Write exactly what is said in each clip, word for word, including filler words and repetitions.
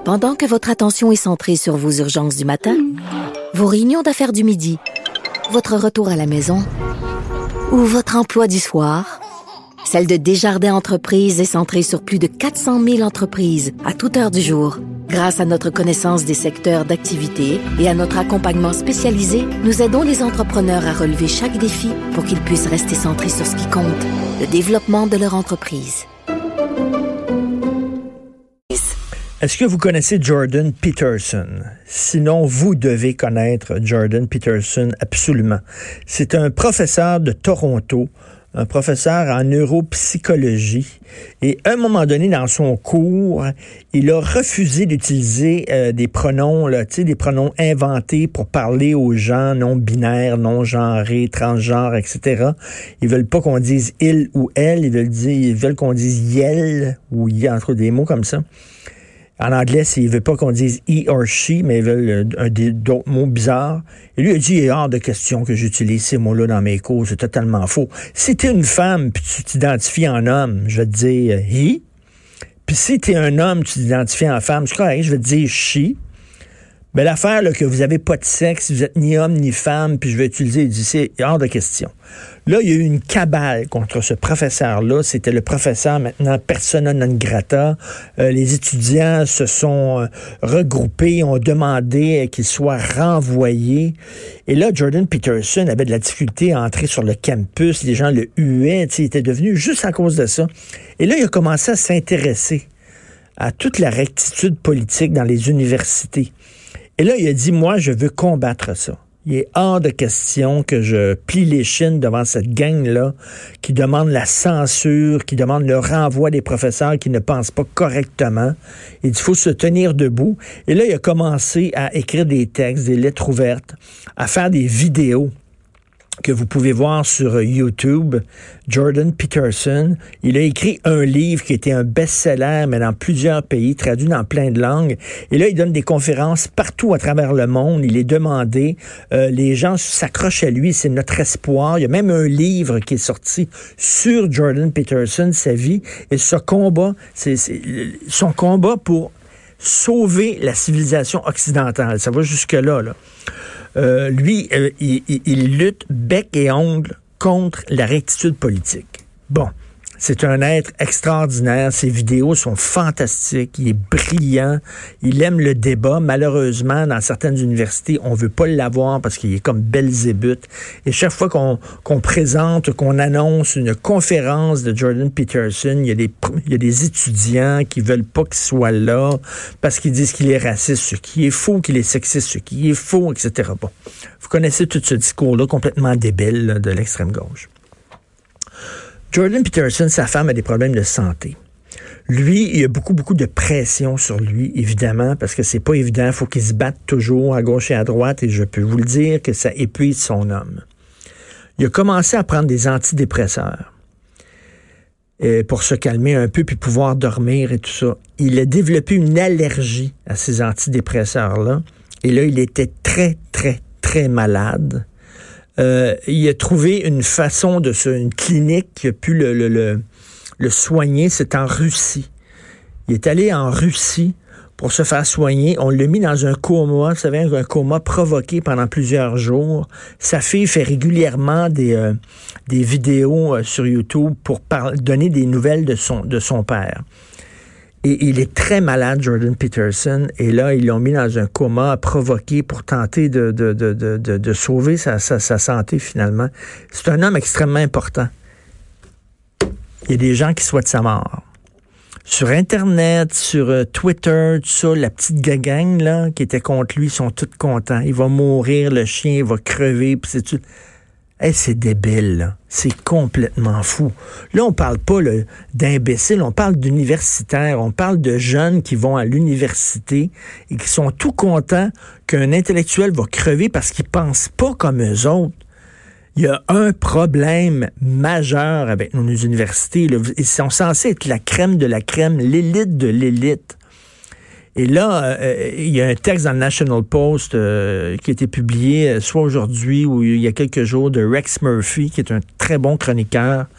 Pendant que votre attention est centrée sur vos urgences du matin, vos réunions d'affaires du midi, votre retour à la maison ou votre emploi du soir, celle de Desjardins Entreprises est centrée sur plus de quatre cent mille entreprises à toute heure du jour. Grâce à notre connaissance des secteurs d'activité et à notre accompagnement spécialisé, nous aidons les entrepreneurs à relever chaque défi pour qu'ils puissent rester centrés sur ce qui compte, le développement de leur entreprise. Est-ce que vous connaissez Jordan Peterson? Sinon, vous devez connaître Jordan Peterson absolument. C'est un professeur de Toronto, un professeur en neuropsychologie. Et à un moment donné, dans son cours, il a refusé d'utiliser euh, des pronoms, là, tu sais, des pronoms inventés pour parler aux gens non-binaires, non-genrés, transgenres, et cetera. Ils veulent pas qu'on dise « il » ou « elle », ils veulent, dire, ils veulent qu'on dise « yel » ou « y », entre des mots comme ça. En anglais, ils ne veulent pas qu'on dise « he » or « she », mais ils veulent un, d'autres mots bizarres. Et lui, il a dit « il est hors de question que j'utilise ces mots-là dans mes cours, c'est totalement faux. Si tu es une femme puis tu t'identifies en homme, je vais te dire « he ». Puis si tu es un homme, tu t'identifies en femme, c'est correct, je vais te dire « she ». Mais l'affaire, là, que vous n'avez pas de sexe, vous êtes ni homme ni femme, puis je vais utiliser, il dit, c'est hors de question. Là, il y a eu une cabale contre ce professeur-là. C'était le professeur, maintenant, persona non grata. Euh, les étudiants se sont euh, regroupés, ont demandé qu'il soit renvoyé. Et là, Jordan Peterson avait de la difficulté à entrer sur le campus. Les gens le huaient. Il était devenu juste à cause de ça. Et là, il a commencé à s'intéresser à toute la rectitude politique dans les universités. Et là, il a dit, moi, je veux combattre ça. Il est hors de question que je plie les chines devant cette gang-là qui demande la censure, qui demande le renvoi des professeurs qui ne pensent pas correctement. Il dit, il faut se tenir debout. Et là, il a commencé à écrire des textes, des lettres ouvertes, à faire des vidéos que vous pouvez voir sur YouTube. Jordan Peterson, il a écrit un livre qui était un best-seller, mais dans plusieurs pays, traduit dans plein de langues. Et là, il donne des conférences partout à travers le monde. Il est demandé. Euh, les gens s'accrochent à lui. C'est notre espoir. Il y a même un livre qui est sorti sur Jordan Peterson, sa vie. Et ce combat, c'est, c'est son combat pour sauver la civilisation occidentale. Ça va jusque-là, là. Euh, lui, euh, il, il, il lutte bec et ongle contre la rectitude politique. Bon, c'est un être extraordinaire. Ses vidéos sont fantastiques. Il est brillant. Il aime le débat. Malheureusement, dans certaines universités, on veut pas l'avoir parce qu'il est comme Belzébuth. Et chaque fois qu'on, qu'on présente, qu'on annonce une conférence de Jordan Peterson, il y a des, il y a des étudiants qui veulent pas qu'il soit là parce qu'ils disent qu'il est raciste, ce qui est faux, qu'il est sexiste, ce qui est faux, et cetera. Bon, vous connaissez tout ce discours-là complètement débile là, de l'extrême gauche. Jordan Peterson, sa femme a des problèmes de santé. Lui, il y a beaucoup, beaucoup de pression sur lui, évidemment, parce que c'est pas évident. Il faut qu'il se batte toujours à gauche et à droite, et je peux vous le dire que ça épuise son homme. Il a commencé à prendre des antidépresseurs euh, pour se calmer un peu, puis pouvoir dormir et tout ça. Il a développé une allergie à ces antidépresseurs-là, et là, il était très, très, très malade. Euh, il a trouvé une façon de se, une clinique qui a pu le, le, le, le soigner, c'est en Russie. Il est allé en Russie pour se faire soigner. On l'a mis dans un coma, vous savez, un coma provoqué pendant plusieurs jours. Sa fille fait régulièrement des, euh, des vidéos euh, sur YouTube pour par- donner des nouvelles de son, de son père. Et il est très malade, Jordan Peterson, et là, ils l'ont mis dans un coma provoqué pour tenter de, de, de, de, de, de sauver sa, sa, sa santé, finalement. C'est un homme extrêmement important. Il y a des gens qui souhaitent sa mort. Sur Internet, sur euh, Twitter, tout ça, la petite gang là, qui était contre lui, ils sont tous contents. Il va mourir, le chien, il va crever, puis c'est tout... Hey, c'est débile, là. C'est complètement fou. Là, on parle pas là, d'imbéciles, on parle d'universitaires, on parle de jeunes qui vont à l'université et qui sont tout contents qu'un intellectuel va crever parce qu'ils pensent pas comme eux autres. Il y a un problème majeur avec nos universités. Là. Ils sont censés être la crème de la crème, l'élite de l'élite. Et là, euh, il y a un texte dans le National Post euh, qui a été publié soit aujourd'hui ou il y a quelques jours de Rex Murphy, qui est un très bon chroniqueur,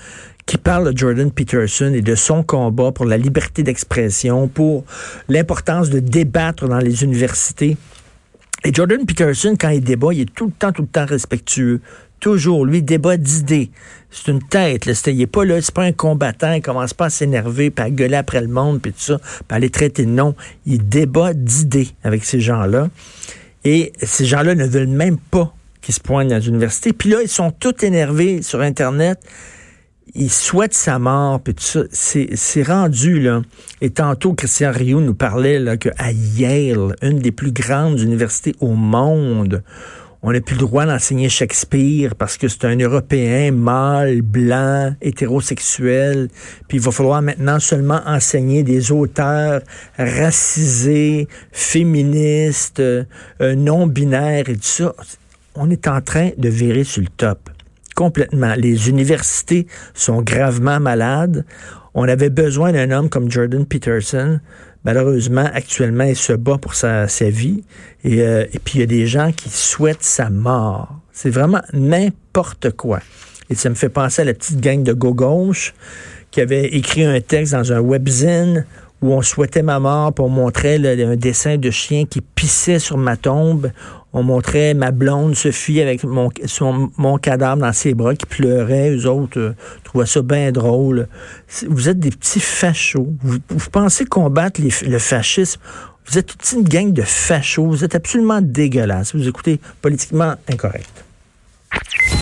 qui parle de Jordan Peterson et de son combat pour la liberté d'expression, pour l'importance de débattre dans les universités. Et Jordan Peterson, quand il débat, il est tout le temps, tout le temps respectueux. Toujours. Lui, il débat d'idées. C'est une tête. Là. C'est, il n'est pas là, c'est pas un combattant. Il commence pas à s'énerver, puis à gueuler après le monde, puis tout ça, puis à les traiter de nom. Il débat d'idées avec ces gens-là. Et ces gens-là ne veulent même pas qu'ils se poignent dans l'université. Puis là, ils sont tous énervés sur Internet. Ils souhaitent sa mort, puis tout ça. C'est, c'est rendu, là. Et tantôt, Christian Rioux nous parlait là, qu'à Yale, une des plus grandes universités au monde, on n'a plus le droit d'enseigner Shakespeare parce que c'est un Européen mâle, blanc, hétérosexuel. Puis il va falloir maintenant seulement enseigner des auteurs racisés, féministes, euh, non-binaires et tout ça. On est en train de virer sur le top. Complètement. Les universités sont gravement malades. On avait besoin d'un homme comme Jordan Peterson. Malheureusement, actuellement, il se bat pour sa, sa vie. Et, euh, et puis, il y a des gens qui souhaitent sa mort. C'est vraiment n'importe quoi. Et ça me fait penser à la petite gang de gauche qui avait écrit un texte dans un webzine où on souhaitait ma mort, puis on montrait là, un dessin de chien qui pissait sur ma tombe. On montrait ma blonde Sophie avec mon, son, mon cadavre dans ses bras qui pleurait. Eux autres euh, trouvaient ça bien drôle. Vous êtes des petits fachos. Vous, vous pensez combattre les, le fascisme. Vous êtes toute une gang de fachos. Vous êtes absolument dégueulasses. Vous écoutez Politiquement Incorrect.